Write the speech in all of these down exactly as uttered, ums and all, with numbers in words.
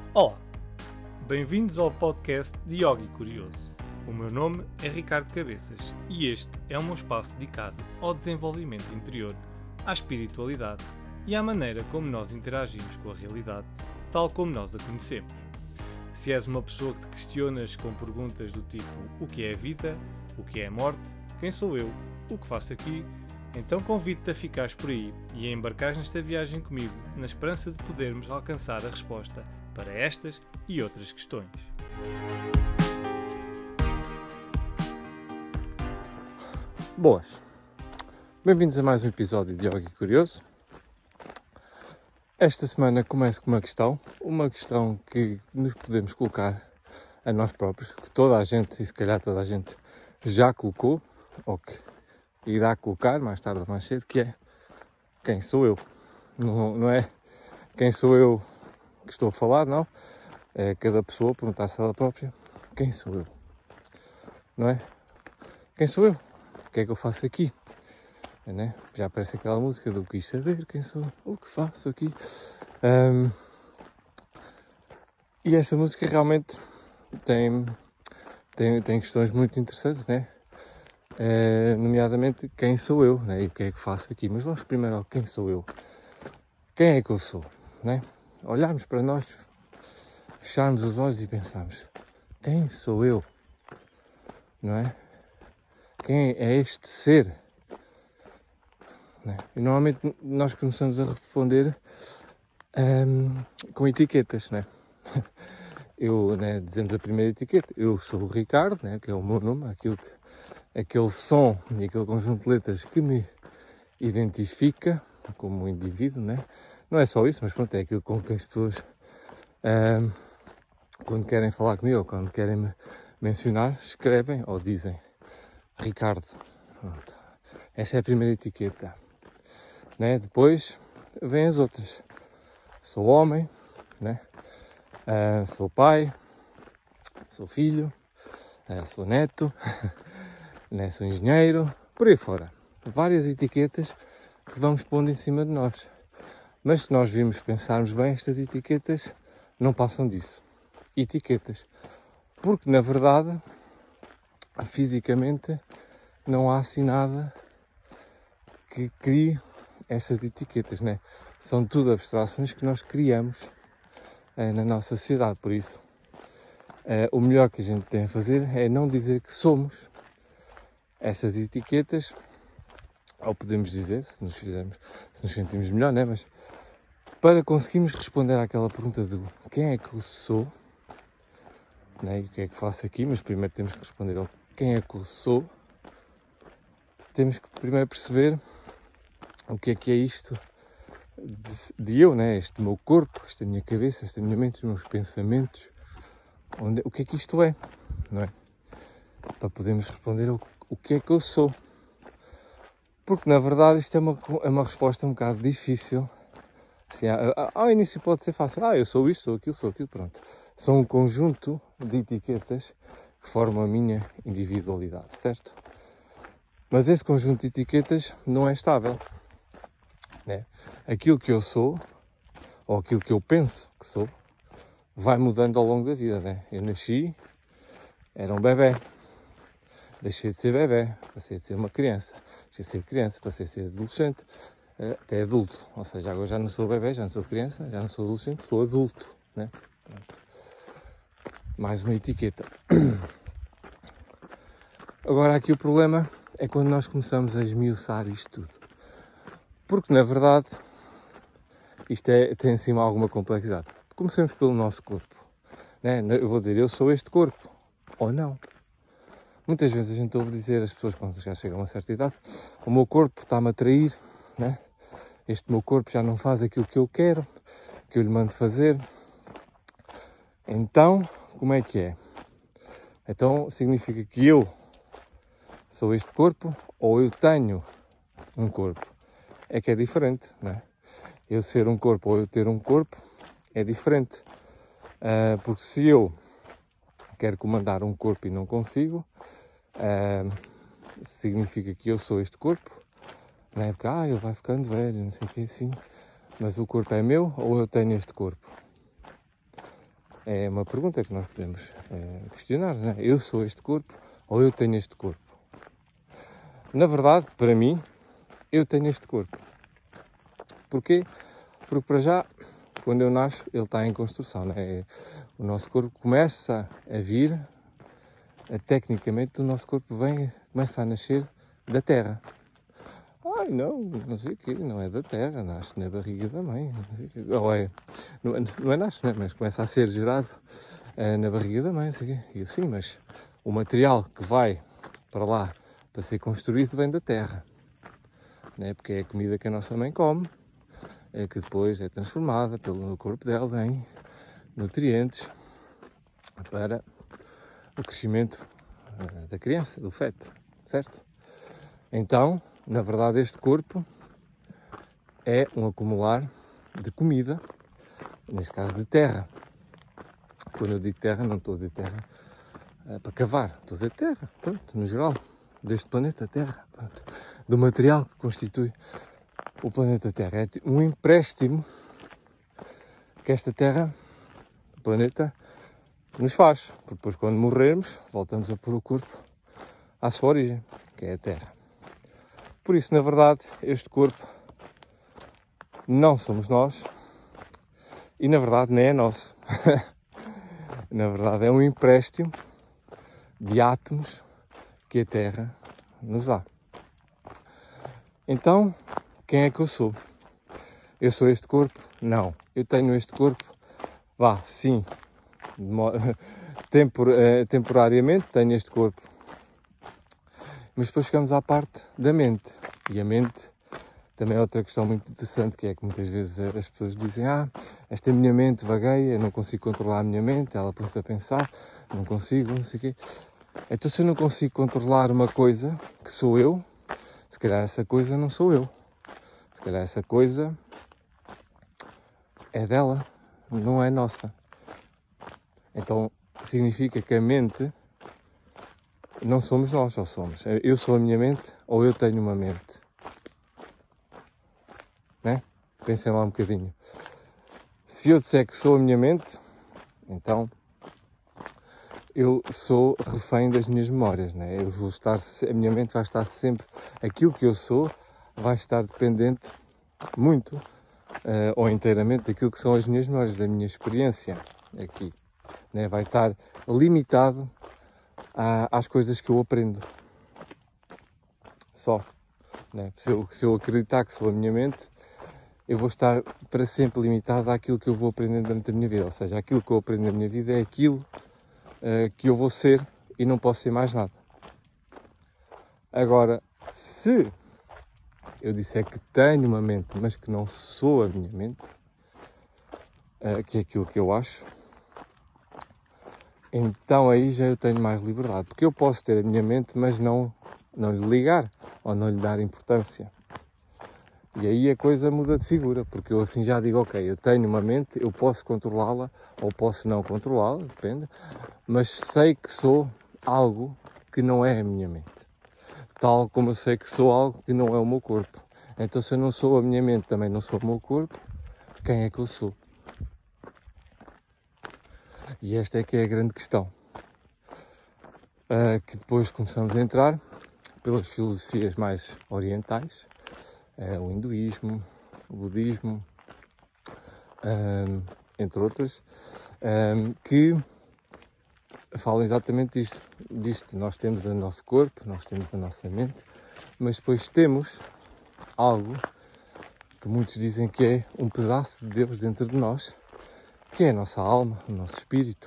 Olá, bem-vindos ao podcast de Yogi Curioso. O meu nome é Ricardo Cabeças e este é o meu espaço dedicado ao desenvolvimento interior, à espiritualidade e à maneira como nós interagimos com a realidade, tal como nós a conhecemos. Se és uma pessoa que te questionas com perguntas do tipo o que é a vida, o que é a morte, quem sou eu, o que faço aqui, então convido-te a ficares por aí e a embarcares nesta viagem comigo, na esperança de podermos alcançar a resposta para estas e outras questões. Boas! Bem-vindos a mais um episódio de Yogi Curioso. Esta semana começo com uma questão, uma questão que nos podemos colocar a nós próprios, que toda a gente, e se calhar toda a gente, já colocou, ou que irá colocar mais tarde ou mais cedo, que é: quem sou eu? Não, não é quem sou eu que estou a falar, não. É cada pessoa perguntar-se a ela própria: quem sou eu? Não é? Quem sou eu? O que é que eu faço aqui? É, né? Já aparece aquela música do quis saber quem sou, o que faço aqui. Um, e essa música realmente tem, tem, tem questões muito interessantes, né? É, nomeadamente, quem sou eu, né? E o que é que faço aqui? Mas vamos primeiro ao quem sou eu. Quem é que eu sou? Né? Olharmos para nós, fecharmos os olhos e pensarmos: quem sou eu? Não é? Quem é este ser? Não é? E normalmente nós começamos a responder um, com etiquetas, né? Eu, né, dizemos a primeira etiqueta: eu sou o Ricardo, né, que é o meu nome, aquilo que, aquele som e aquele conjunto de letras que me identifica como indivíduo, né? Não é só isso, mas pronto, é aquilo com que as pessoas, um, quando querem falar comigo ou quando querem me mencionar, escrevem ou dizem Ricardo. Pronto. Essa é a primeira etiqueta, né? Depois vêm as outras. Sou homem, né? Uh, sou pai, sou filho, uh, sou neto, né? Sou engenheiro, por aí fora. Várias etiquetas que vamos pondo em cima de nós. Mas se nós virmos pensarmos bem, estas etiquetas não passam disso. Etiquetas. Porque, na verdade, fisicamente, não há assim nada que crie estas etiquetas, né? São tudo abstrações que nós criamos eh, na nossa sociedade. Por isso, eh, o melhor que a gente tem a fazer é não dizer que somos essas etiquetas, ou podemos dizer, se nos fizermos, se nos sentimos melhor, né? Mas para conseguirmos responder àquela pergunta de quem é que eu sou, né? E o que é que faço aqui, mas primeiro temos que responder ao quem é que eu sou, temos que primeiro perceber o que é que é isto de, de eu, né? Este meu corpo, esta minha cabeça, esta minha mente, os meus pensamentos, onde, o que é que isto é, não é? Para podermos responder ao o que é que eu sou. Porque, na verdade, isto é uma, é uma resposta um bocado difícil. Assim, ao início pode ser fácil. Ah, eu sou isto, sou aquilo, sou aquilo, pronto. São um conjunto de etiquetas que formam a minha individualidade, certo? Mas esse conjunto de etiquetas não é estável, né? Aquilo que eu sou, ou aquilo que eu penso que sou, vai mudando ao longo da vida, né? Eu nasci, era um bebê. Deixei de ser bebê, passei de ser uma criança. Deixei de ser criança, passei a ser adolescente, até adulto. Ou seja, agora já não sou bebê, já não sou criança, já não sou adolescente, sou adulto, né? Pronto. Mais uma etiqueta. Agora aqui o problema é quando nós começamos a esmiuçar isto tudo. Porque, na verdade, isto é, tem em cima alguma complexidade. Comecemos pelo nosso corpo, né? Eu vou dizer, eu sou este corpo, ou não. Muitas vezes a gente ouve dizer, as pessoas quando já chegam a uma certa idade: o meu corpo está-me a trair, né? Este meu corpo já não faz aquilo que eu quero, que eu lhe mando fazer. Então, como é que é? Então, significa que eu sou este corpo ou eu tenho um corpo? É que é diferente, né? Eu ser um corpo ou eu ter um corpo é diferente. Uh, porque se eu quero comandar um corpo e não consigo, uh, significa que eu sou este corpo, não é? Porque ah, ele vai ficando velho, não sei o que assim, mas o corpo é meu ou eu tenho este corpo? É uma pergunta que nós podemos é, questionar, não é? Eu sou este corpo ou eu tenho este corpo? Na verdade, para mim, eu tenho este corpo. Porquê? Porque para já, quando eu nasço, ele está em construção, não é? O nosso corpo começa a vir, a, tecnicamente o nosso corpo vem, começa a nascer da terra. Ai não, não sei o quê, não é da terra, nasce na barriga da mãe. Não sei o quê. Ou é, não, não é nasce, né? Mas começa a ser gerado uh, na barriga da mãe, não sei o quê. E eu, sim, mas o material que vai para lá para ser construído vem da terra. Né? Porque é a comida que a nossa mãe come, é que depois é transformada pelo corpo dela em nutrientes para o crescimento uh, da criança, do feto, certo? Então, na verdade, este corpo é um acumular de comida, neste caso de terra. Quando eu digo terra, não estou a dizer terra uh, para cavar, estou a dizer terra, pronto, no geral, deste planeta Terra, pronto, do material que constitui o planeta Terra. É um empréstimo que esta Terra, o planeta, nos faz. Porque depois, quando morrermos, voltamos a pôr o corpo à sua origem, que é a Terra. Por isso, na verdade, este corpo não somos nós e, na verdade, nem é nosso. Na verdade, é um empréstimo de átomos que a Terra nos dá. Então, quem é que eu sou? Eu sou este corpo? Não. Eu tenho este corpo? Vá, sim. Tempor, eh, temporariamente tenho este corpo. Mas depois chegamos à parte da mente. E a mente também é outra questão muito interessante, que é que muitas vezes as pessoas dizem: ah, esta minha mente vagueia, eu não consigo controlar a minha mente, ela põe-se a pensar, não consigo, não sei o quê. Então, se eu não consigo controlar uma coisa que sou eu, se calhar essa coisa não sou eu. Se calhar essa coisa é dela, não é nossa. Então, significa que a mente não somos nós, ou somos. Eu sou a minha mente ou eu tenho uma mente. Né? Pensem lá um bocadinho. Se eu disser que sou a minha mente, então eu sou refém das minhas memórias, né? Eu vou estar, a minha mente vai estar sempre, aquilo que eu sou vai estar dependente muito uh, ou inteiramente daquilo que são as minhas memórias, da minha experiência aqui, né? Vai estar limitado a, às coisas que eu aprendo. Só, né? Se eu, se eu acreditar que sou a minha mente, eu vou estar para sempre limitado àquilo que eu vou aprendendo durante a minha vida. Ou seja, aquilo que eu aprendo na minha vida é aquilo uh, que eu vou ser e não posso ser mais nada. Agora, se eu disser que tenho uma mente, mas que não sou a minha mente, uh, que é aquilo que eu acho, então aí já eu tenho mais liberdade. Porque eu posso ter a minha mente, mas não, não lhe ligar ou não lhe dar importância. E aí a coisa muda de figura, porque eu assim já digo, ok, eu tenho uma mente, eu posso controlá-la ou posso não controlá-la, depende, mas sei que sou algo que não é a minha mente. Tal como eu sei que sou algo que não é o meu corpo. Então, se eu não sou a minha mente, também não sou o meu corpo, quem é que eu sou? E esta é que é a grande questão. Uh, que depois começamos a entrar pelas filosofias mais orientais, uh, o hinduísmo, o budismo, um, entre outras, um, que falam exatamente disto, disto. Nós temos o nosso corpo, nós temos a nossa mente, mas depois temos algo que muitos dizem que é um pedaço de Deus dentro de nós, que é a nossa alma, o nosso espírito,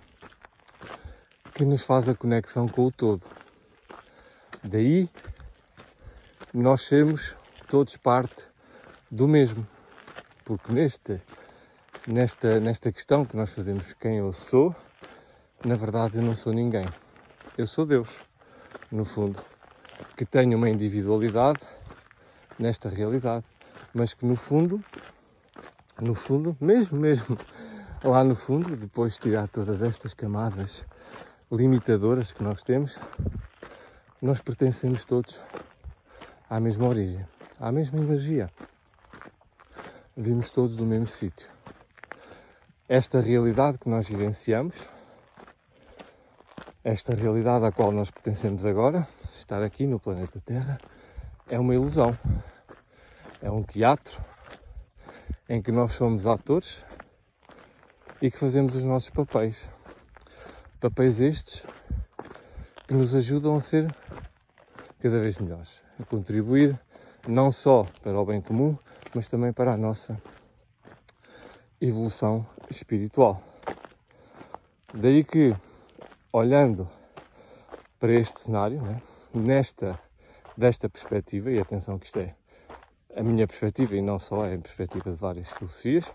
que nos faz a conexão com o todo. Daí nós sermos todos parte do mesmo, porque neste, nesta, nesta questão que nós fazemos, quem eu sou, na verdade eu não sou ninguém. Eu sou Deus, no fundo, que tenho uma individualidade nesta realidade, mas que no fundo, no fundo, mesmo, mesmo lá no fundo, depois de tirar todas estas camadas limitadoras que nós temos, nós pertencemos todos à mesma origem, à mesma energia. Vimos todos do mesmo sítio. esta realidade que nós vivenciamos, esta realidade à qual nós pertencemos agora, estar aqui no planeta Terra, é uma ilusão. É um teatro em que nós somos atores e que fazemos os nossos papéis. Papéis estes que nos ajudam a ser cada vez melhores, a contribuir não só para o bem comum, mas também para a nossa evolução espiritual. Daí que, olhando para este cenário, né, nesta, desta perspectiva, e atenção que isto é a minha perspectiva e não só, é a perspectiva de várias filosofias,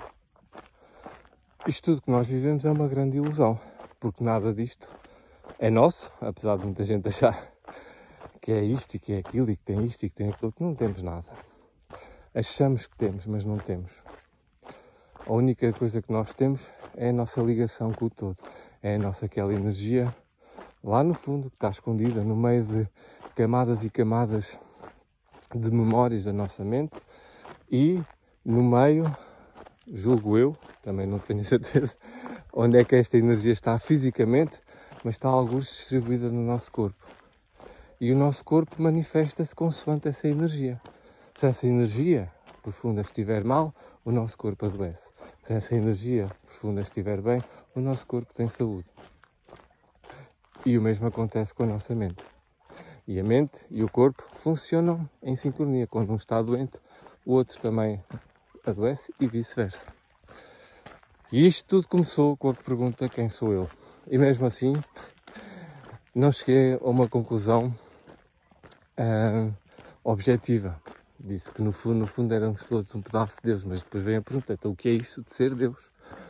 isto tudo que nós vivemos é uma grande ilusão, porque nada disto é nosso, apesar de muita gente achar que é isto e que é aquilo e que tem isto e que tem aquilo, que não temos nada. Achamos que temos, mas não temos. A única coisa que nós temos é a nossa ligação com o todo. É a nossa aquela energia lá no fundo, que está escondida no meio de camadas e camadas de memórias da nossa mente e no meio, julgo eu, também não tenho certeza, onde é que esta energia está fisicamente, mas está alguns distribuída no nosso corpo. E o nosso corpo manifesta-se consoante essa energia. Se essa energia profunda estiver mal, o nosso corpo adoece. Se essa energia profunda estiver bem, o nosso corpo tem saúde. E o mesmo acontece com a nossa mente. E a mente e o corpo funcionam em sincronia. Quando um está doente, o outro também adoece e vice-versa. E isto tudo começou com a pergunta: quem sou eu? E mesmo assim, não cheguei a uma conclusão uh, objetiva. Disse que no fundo, no fundo éramos todos um pedaço de Deus, mas depois vem a pergunta: então o que é isso de ser Deus?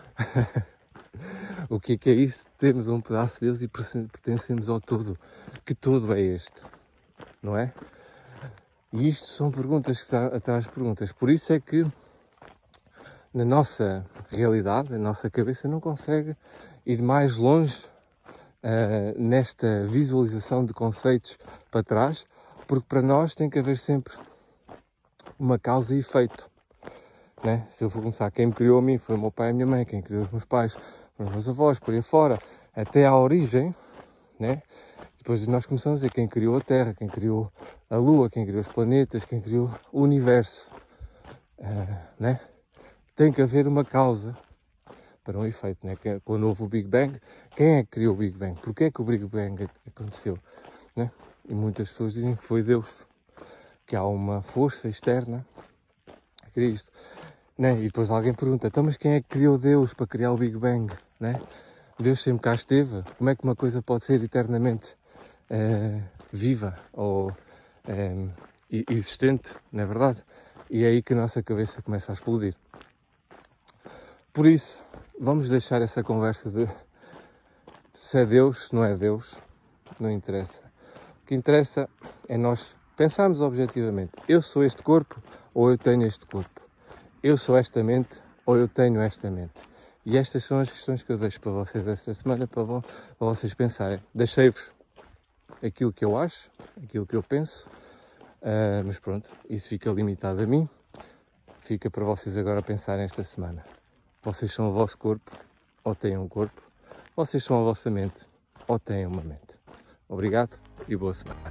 O que é que é isso de termos um pedaço de Deus e pertencemos ao todo? Que todo é este? Não é? E isto são perguntas que estão atrás de perguntas. Por isso é que na nossa realidade, a nossa cabeça não consegue ir mais longe uh, nesta visualização de conceitos para trás, porque para nós tem que haver sempre uma causa e efeito. Né? Se eu for começar, quem me criou a mim foi o meu pai e a minha mãe, quem criou os meus pais, os meus avós, por aí fora, até à origem, né? Depois nós começamos a dizer quem criou a Terra, quem criou a Lua, quem criou os planetas, quem criou o Universo. Uh, né? Tem que haver uma causa para um efeito. Né? Quando houve o Big Bang, quem é que criou o Big Bang? Porquê é que o Big Bang aconteceu? Né? E muitas pessoas dizem que foi Deus, que há uma força externa que cria isto. Né? E depois alguém pergunta: então, mas quem é que criou Deus para criar o Big Bang? Né? Deus sempre cá esteve. Como é que uma coisa pode ser eternamente uh, viva ou uh, existente, não é verdade? E é aí que a nossa cabeça começa a explodir. Por isso, vamos deixar essa conversa de se é Deus, se não é Deus, não interessa. O que interessa é nós pensarmos objetivamente: eu sou este corpo ou eu tenho este corpo? Eu sou esta mente ou eu tenho esta mente? E estas são as questões que eu deixo para vocês esta semana, para, vo- para vocês pensarem. Deixei-vos aquilo que eu acho, aquilo que eu penso, uh, mas pronto, isso fica limitado a mim. Fica para vocês agora pensarem esta semana. Vocês são o vosso corpo ou têm um corpo? Vocês são a vossa mente ou têm uma mente? Obrigado e boa semana.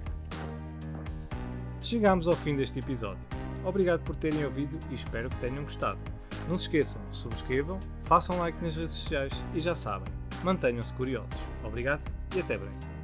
Chegamos ao fim deste episódio. Obrigado por terem ouvido e espero que tenham gostado. Não se esqueçam, subscrevam, façam like nas redes sociais e já sabem, mantenham-se curiosos. Obrigado e até breve.